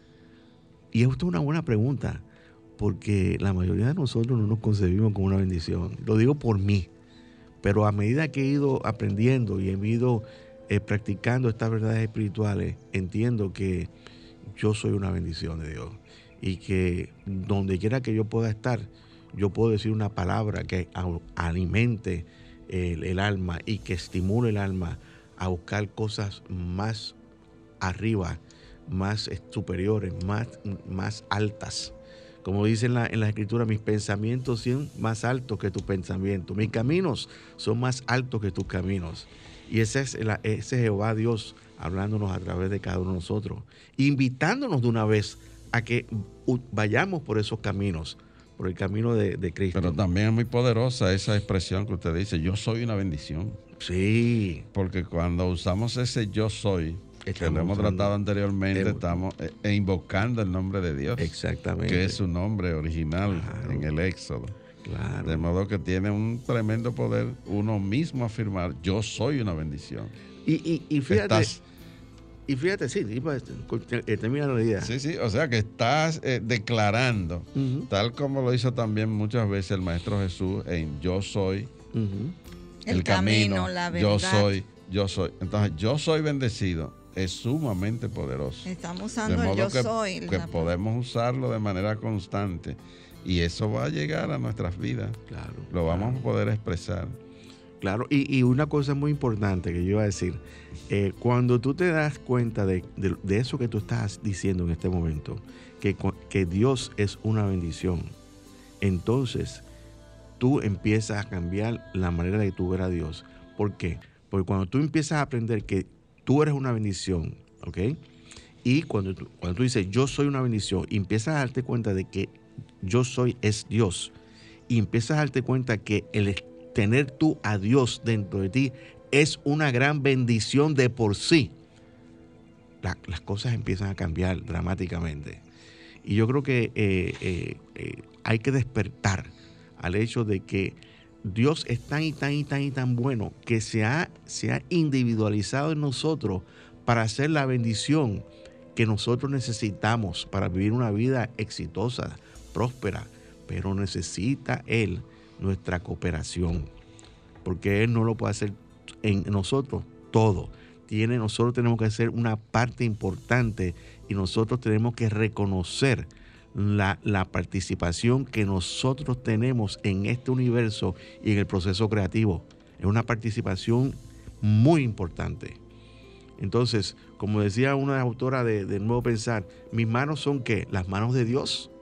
Y esto es una buena pregunta, porque la mayoría de nosotros no nos concebimos como una bendición. Lo digo por mí, pero a medida que he ido aprendiendo y he ido eh, practicando estas verdades espirituales, entiendo que yo soy una bendición de Dios y que donde quiera que yo pueda estar, yo puedo decir una palabra que alimente el, el alma y que estimule el alma a buscar cosas más arriba, más superiores, más, más altas. Como dice en la, en la escritura, mis pensamientos son más altos que tus pensamientos. Mis caminos son más altos que tus caminos. Y ese es la, ese Jehová Dios hablándonos a través de cada uno de nosotros, invitándonos de una vez a que vayamos por esos caminos, por el camino de, de Cristo. Pero también es muy poderosa esa expresión que usted dice, yo soy una bendición. Sí. Porque cuando usamos ese yo soy, que Estamos lo hemos usando- tratado anteriormente, Hemos- estamos eh, eh, invocando el nombre de Dios. Exactamente. Que es su nombre original Claro. en el Éxodo. Claro. De modo que tiene un tremendo poder uno mismo afirmar, yo soy una bendición. Y, y, y fíjate, Estás- y fíjate, sí, sí, pues, eh, termina la idea. Sí, sí, o sea que estás eh, declarando, Ujú, tal como lo hizo también muchas veces el Maestro Jesús en yo soy, ujú. El camino, la yo verdad. soy, yo soy. Entonces, yo soy bendecido es sumamente poderoso. Estamos De usando el modo yo que, soy. que la- podemos usarlo de manera constante y eso va a llegar a nuestras vidas. Claro. Lo vamos claro. a poder expresar. Claro, y, y una cosa muy importante que yo iba a decir, eh, cuando tú te das cuenta de, de- de eso que tú estás diciendo en este momento, que, cu- que Dios es una bendición, entonces tú empiezas a cambiar la manera de que tú ver a Dios. ¿Por qué? Porque cuando tú empiezas a aprender que tú eres una bendición, ¿ok? Y cuando tú, cuando tú dices yo soy una bendición, y empiezas a darte cuenta de que yo soy es Dios, y empiezas a darte cuenta que el tener tú a Dios dentro de ti es una gran bendición de por sí, la- las cosas empiezan a cambiar dramáticamente. Y yo creo que eh, eh, eh, hay que despertar al hecho de que Dios es tan y tan y tan y tan bueno que se ha, se ha individualizado en nosotros para hacer la bendición que nosotros necesitamos para vivir una vida exitosa, próspera, pero necesita Él nuestra cooperación, porque Él no lo puede hacer en nosotros todo. Tiene, nosotros tenemos que hacer una parte importante y nosotros tenemos que reconocer la, la participación que nosotros tenemos en este universo y en el proceso creativo. Es una participación muy importante. Entonces, como decía una autora de, de Nuevo Pensar, mis manos son ¿qué? Las manos de Dios.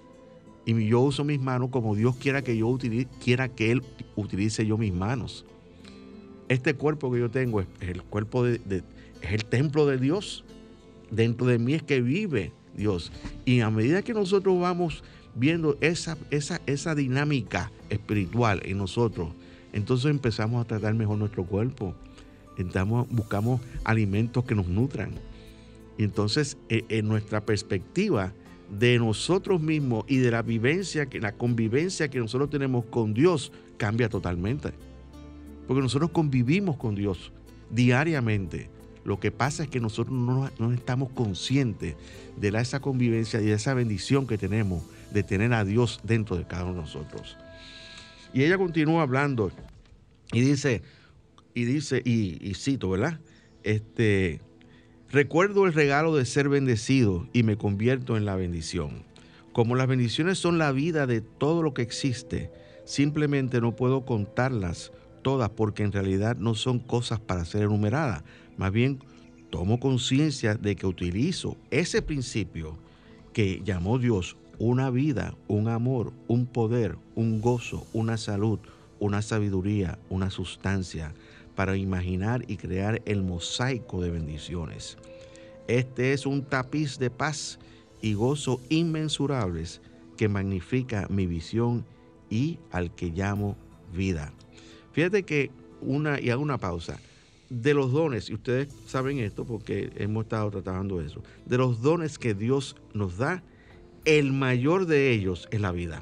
Y yo uso mis manos como Dios quiera que yo utilice, quiera que Él utilice yo mis manos. Este cuerpo que yo tengo es, es el cuerpo de, de- es el templo de Dios. Dentro de mí es que vive Dios. Y a medida que nosotros vamos viendo esa, esa, esa dinámica espiritual en nosotros, entonces empezamos a tratar mejor nuestro cuerpo. Entramos, buscamos alimentos que nos nutran. Y entonces eh, en nuestra perspectiva de nosotros mismos y de la vivencia, que la convivencia que nosotros tenemos con Dios cambia totalmente. Porque nosotros convivimos con Dios diariamente. Lo que pasa es que nosotros no, no estamos conscientes de la, esa convivencia y de esa bendición que tenemos de tener a Dios dentro de cada uno de nosotros. Y ella continúa hablando y dice, y dice, y, y cito, ¿verdad? Este, recuerdo el regalo de ser bendecido y me convierto en la bendición. Como las bendiciones son la vida de todo lo que existe, simplemente no puedo contarlas todas porque en realidad no son cosas para ser enumeradas. Más bien, tomo conciencia de que utilizo ese principio que llamó Dios una vida, un amor, un poder, un gozo, una salud, una sabiduría, una sustancia, para imaginar y crear el mosaico de bendiciones. Este es un tapiz de paz y gozo inmensurables que magnifica mi visión y al que llamo vida. Fíjate que una, y hago una pausa, de los dones, y ustedes saben esto porque hemos estado tratando eso, de los dones que Dios nos da, el mayor de ellos es la vida.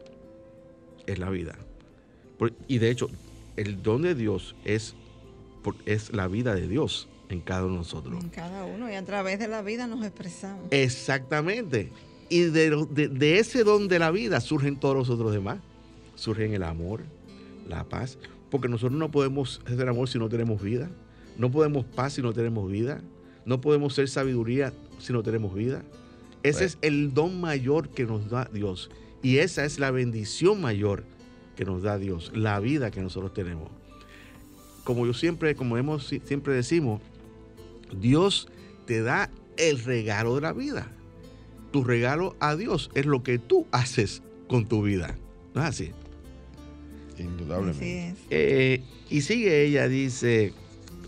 Es la vida. Por- y de hecho, el don de Dios es, por- es la vida de Dios en cada uno de nosotros. En cada uno y a través de la vida nos expresamos. Exactamente. Y de, lo- de- de ese don de la vida surgen todos los otros demás. Surgen el amor, la paz. Porque nosotros no podemos hacer amor si no tenemos vida. No podemos paz si no tenemos vida. No podemos ser sabiduría si no tenemos vida. Ese Pues- es el don mayor que nos da Dios. Y esa es la bendición mayor que nos da Dios. La vida que nosotros tenemos. Como yo siempre, como hemos, siempre decimos, Dios te da el regalo de la vida. Tu regalo a Dios es lo que tú haces con tu vida. ¿No es así? Así Indudablemente. es. Eh, y sigue ella, dice,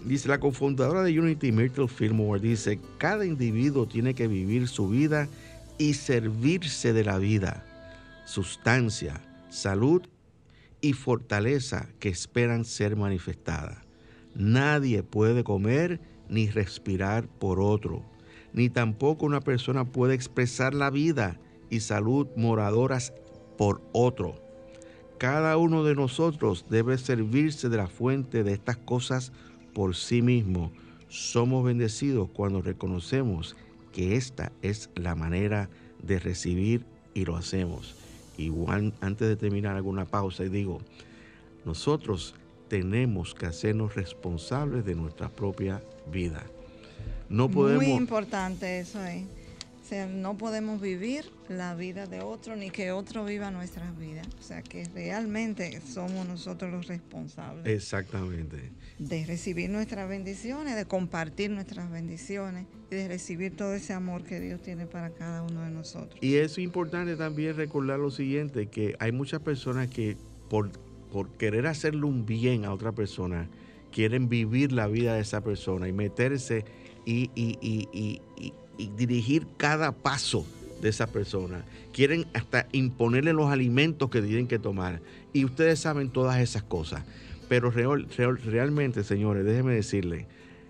Dice la cofundadora de Unity, Myrtle Fillmore, dice, cada individuo tiene que vivir su vida y servirse de la vida, sustancia, salud y fortaleza que esperan ser manifestadas. Nadie puede comer ni respirar por otro, ni tampoco una persona puede expresar la vida y salud moradoras por otro. Cada uno de nosotros debe servirse de la fuente de estas cosas por sí mismo. Somos bendecidos cuando reconocemos que esta es la manera de recibir y lo hacemos. Igual, antes de terminar, hago una pausa y digo, nosotros tenemos que hacernos responsables de nuestra propia vida. No podemos... Muy importante eso es. O sea, no podemos vivir la vida de otro ni que otro viva nuestras vidas. O sea, que realmente somos nosotros los responsables. Exactamente. De recibir nuestras bendiciones, de compartir nuestras bendiciones y de recibir todo ese amor que Dios tiene para cada uno de nosotros. Y es importante también recordar lo siguiente, que hay muchas personas que por, por querer hacerle un bien a otra persona, quieren vivir la vida de esa persona y meterse y, y, y, y, y, y dirigir cada paso de esa persona. Quieren hasta imponerle los alimentos que tienen que tomar. Y ustedes saben todas esas cosas. Pero real, real, realmente, señores, déjenme decirles,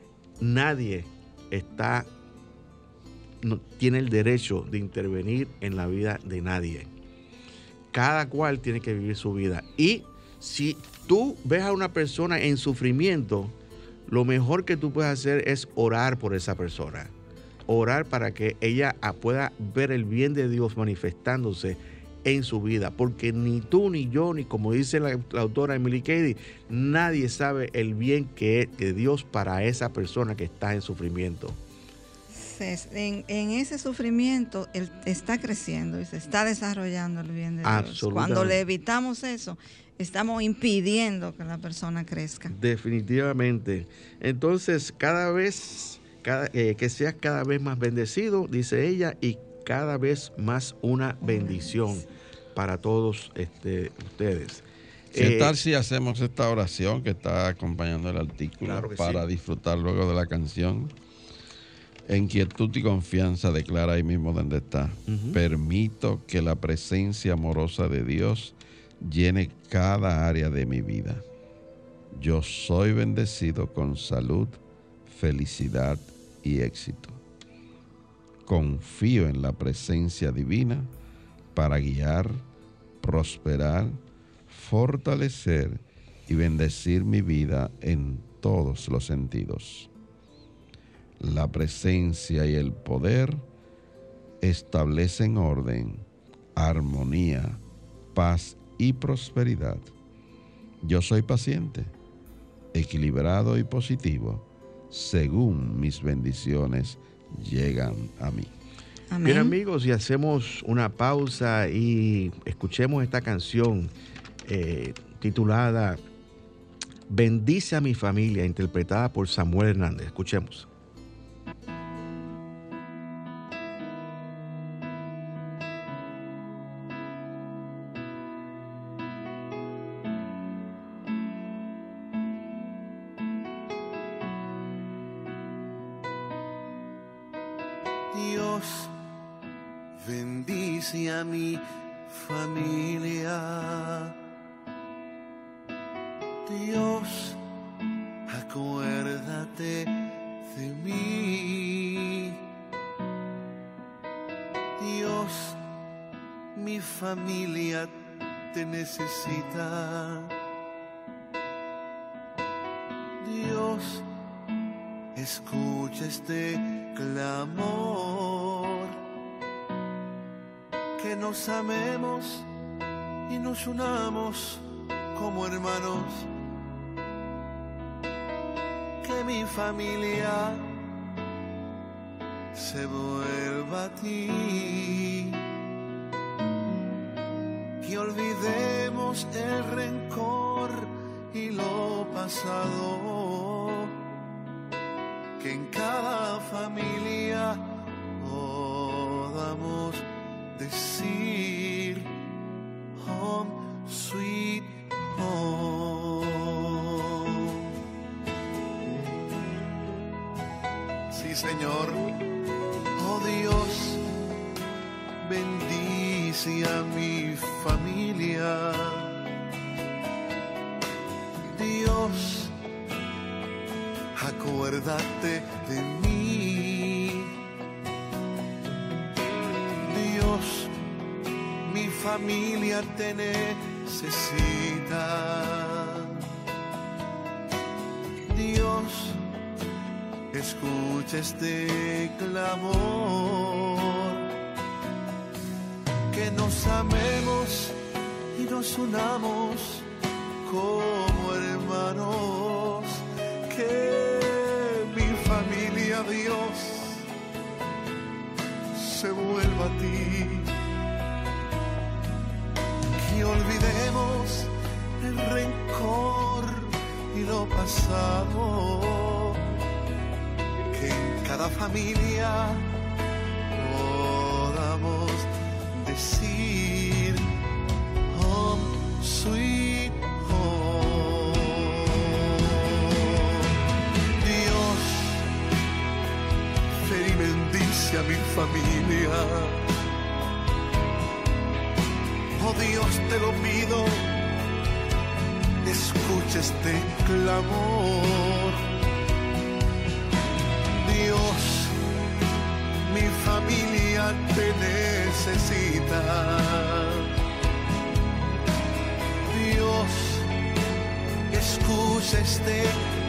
nadie está, no, tiene el derecho de intervenir en la vida de nadie. Cada cual tiene que vivir su vida. Y si tú ves a una persona en sufrimiento, lo mejor que tú puedes hacer es orar por esa persona. Orar para que ella pueda ver el bien de Dios manifestándose en su vida. Porque ni tú, ni yo, ni como dice la, la autora Emily Cady, nadie sabe el bien que es que Dios para esa persona que está en sufrimiento. En, en ese sufrimiento él está creciendo y se está desarrollando el bien de Dios. Cuando le evitamos eso, estamos impidiendo que la persona crezca. Definitivamente. Entonces, cada vez, cada, eh, que seas cada vez más bendecido, dice ella, y cada vez más una bendición para todos este, ustedes. ¿Qué eh, tal si hacemos esta oración que está acompañando el artículo claro para sí. disfrutar luego de la canción? En quietud y confianza, declara ahí mismo donde está. Uh-huh. Permito que la presencia amorosa de Dios llene cada área de mi vida. Yo soy bendecido con salud, felicidad y éxito. Confío en la presencia divina para guiar, prosperar, fortalecer y bendecir mi vida en todos los sentidos. La presencia y el poder establecen orden, armonía, paz y prosperidad. Yo soy paciente, equilibrado y positivo, según mis bendiciones llegan a mí. Amén. Bien, amigos, y hacemos una pausa y escuchemos esta canción eh, titulada Bendice a mi familia, interpretada por Samuel Hernández. Escuchemos. Dios bendice a mi familia. Dios, acuérdate de mí. Dios, mi familia te necesita. Dios, escucha este clamor, que nos amemos y nos unamos como hermanos, que mi familia se vuelva a ti, que olvidemos el rencor y lo pasado, que en cada familia podamos decir home sweet home. Sí, Señor. Oh Dios, bendice a mi familia. Dios, acuérdate de mí. Dios, mi familia te necesita. Dios, escucha este clamor, que nos amemos y nos unamos como hermanos, que mi familia, Dios, se vuelva a ti, que olvidemos el rencor y lo pasado, que en cada familia podamos decir home sweet home. Dios, ven y bendice a mi familia. Oh Dios, te lo pido, escucha este clamor. Dios, mi familia te necesita. Dios, escucha este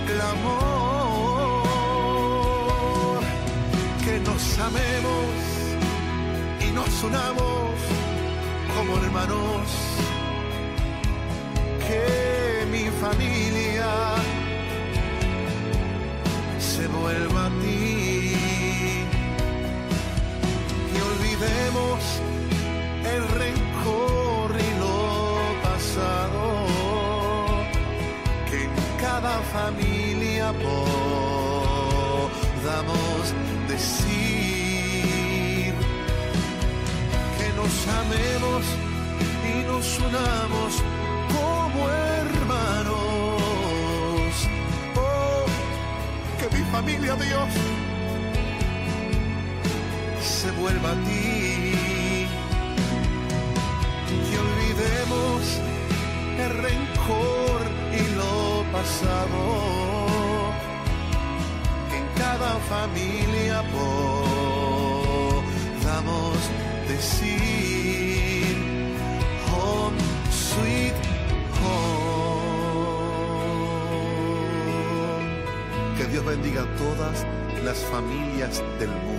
clamor, que nos amemos y nos unamos como hermanos, que mi familia se vuelva a ti, que olvidemos el rencor y lo pasado, que en cada familia podamos decir que nos amemos y nos unamos como hermanos. Oh, que mi familia, Dios, se vuelva a ti, que olvidemos el rencor y lo pasado, que en cada familia podamos decir home sweet home. Que Dios bendiga a todas las familias del mundo.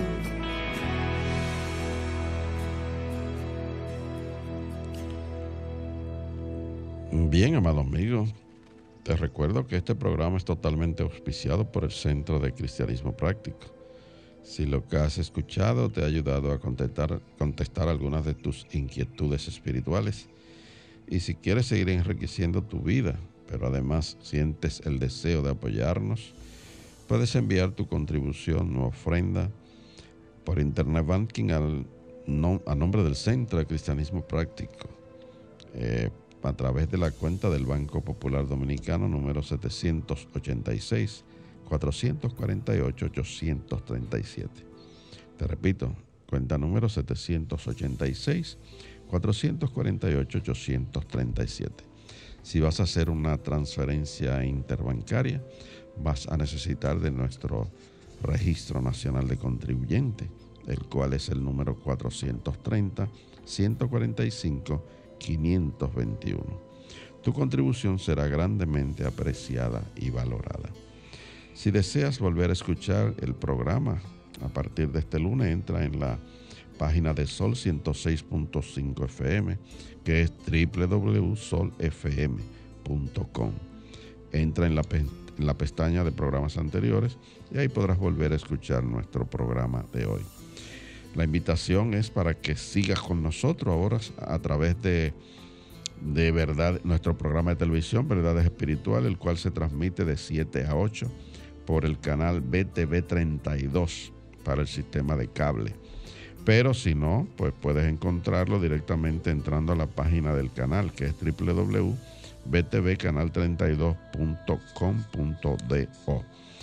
Bien, amado amigo, te recuerdo que este programa es totalmente auspiciado por el Centro de Cristianismo Práctico. Si lo que has escuchado te ha ayudado a contestar, contestar algunas de tus inquietudes espirituales, y si quieres seguir enriqueciendo tu vida, pero además sientes el deseo de apoyarnos, puedes enviar tu contribución o ofrenda por Internet Banking al, no, a nombre del Centro de Cristianismo Práctico, eh, a través de la cuenta del Banco Popular Dominicano número setecientos ochenta y seis, cuatrocientos cuarenta y ocho, ochocientos treinta y siete. Te repito, cuenta número setecientos ochenta y seis, cuatrocientos cuarenta y ocho, ochocientos treinta y siete. Si vas a hacer una transferencia interbancaria, vas a necesitar de nuestro Registro Nacional de Contribuyente, el cual es el número cuatrocientos treinta, ciento cuarenta y cinco, quinientos veintiuno. Tu contribución será grandemente apreciada y valorada. Si deseas volver a escuchar el programa a partir de este lunes, entra en la página de Sol ciento seis punto cinco F M, que es doble u doble u doble u punto sol f m punto com. Entra en la, en la pestaña de programas anteriores y ahí podrás volver a escuchar nuestro programa de hoy. La invitación es para que sigas con nosotros ahora a través de, de verdad, nuestro programa de televisión, Verdades Espirituales, el cual se transmite de siete a ocho por el canal B T V treinta y dos para el sistema de cable. Pero si no, pues puedes encontrarlo directamente entrando a la página del canal, que es doble u doble u doble u punto b t v canal treinta y dos punto com punto do.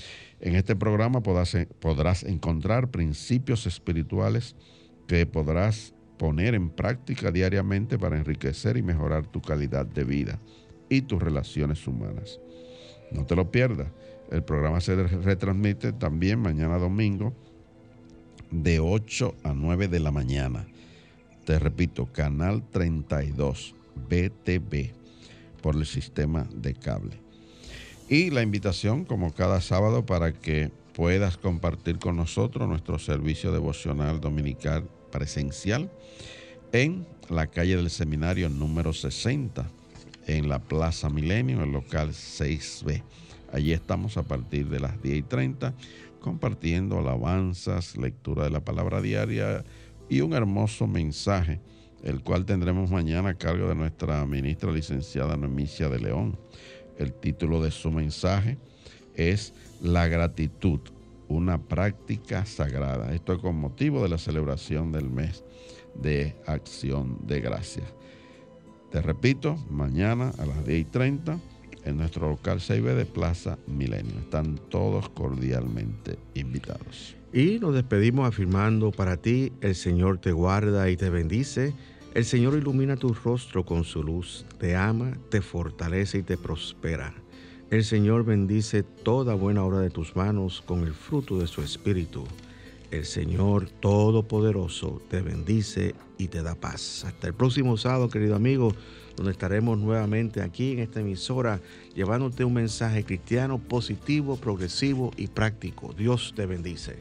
En este programa podrás, podrás encontrar principios espirituales que podrás poner en práctica diariamente para enriquecer y mejorar tu calidad de vida y tus relaciones humanas. No te lo pierdas. El programa se retransmite también mañana domingo de ocho a nueve de la mañana. Te repito, canal treinta y dos B T V por el sistema de cable. Y la invitación, como cada sábado, para que puedas compartir con nosotros nuestro servicio devocional dominical presencial en la calle del Seminario número sesenta, en la Plaza Milenio, el local seis B. Allí estamos a partir de las diez y treinta, compartiendo alabanzas, lectura de la palabra diaria y un hermoso mensaje, el cual tendremos mañana a cargo de nuestra ministra licenciada Noemicia de León. El título de su mensaje es La gratitud, una práctica sagrada. Esto es con motivo de la celebración del mes de Acción de Gracias. Te repito, mañana a las diez y treinta en nuestro local seis B de Plaza Milenio. Están todos cordialmente invitados. Y nos despedimos afirmando para ti: el Señor te guarda y te bendice. El Señor ilumina tu rostro con su luz, te ama, te fortalece y te prospera. El Señor bendice toda buena obra de tus manos con el fruto de su espíritu. El Señor Todopoderoso te bendice y te da paz. Hasta el próximo sábado, querido amigo, donde estaremos nuevamente aquí en esta emisora llevándote un mensaje cristiano positivo, progresivo y práctico. Dios te bendice.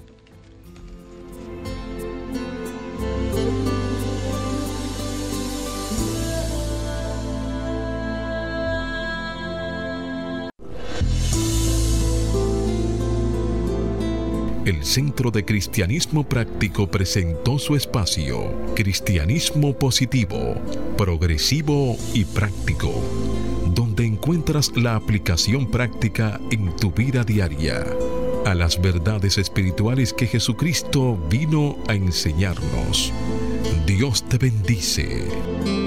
El Centro de Cristianismo Práctico presentó su espacio Cristianismo Positivo, Progresivo y Práctico, donde encuentras la aplicación práctica en tu vida diaria a las verdades espirituales que Jesucristo vino a enseñarnos. Dios te bendice.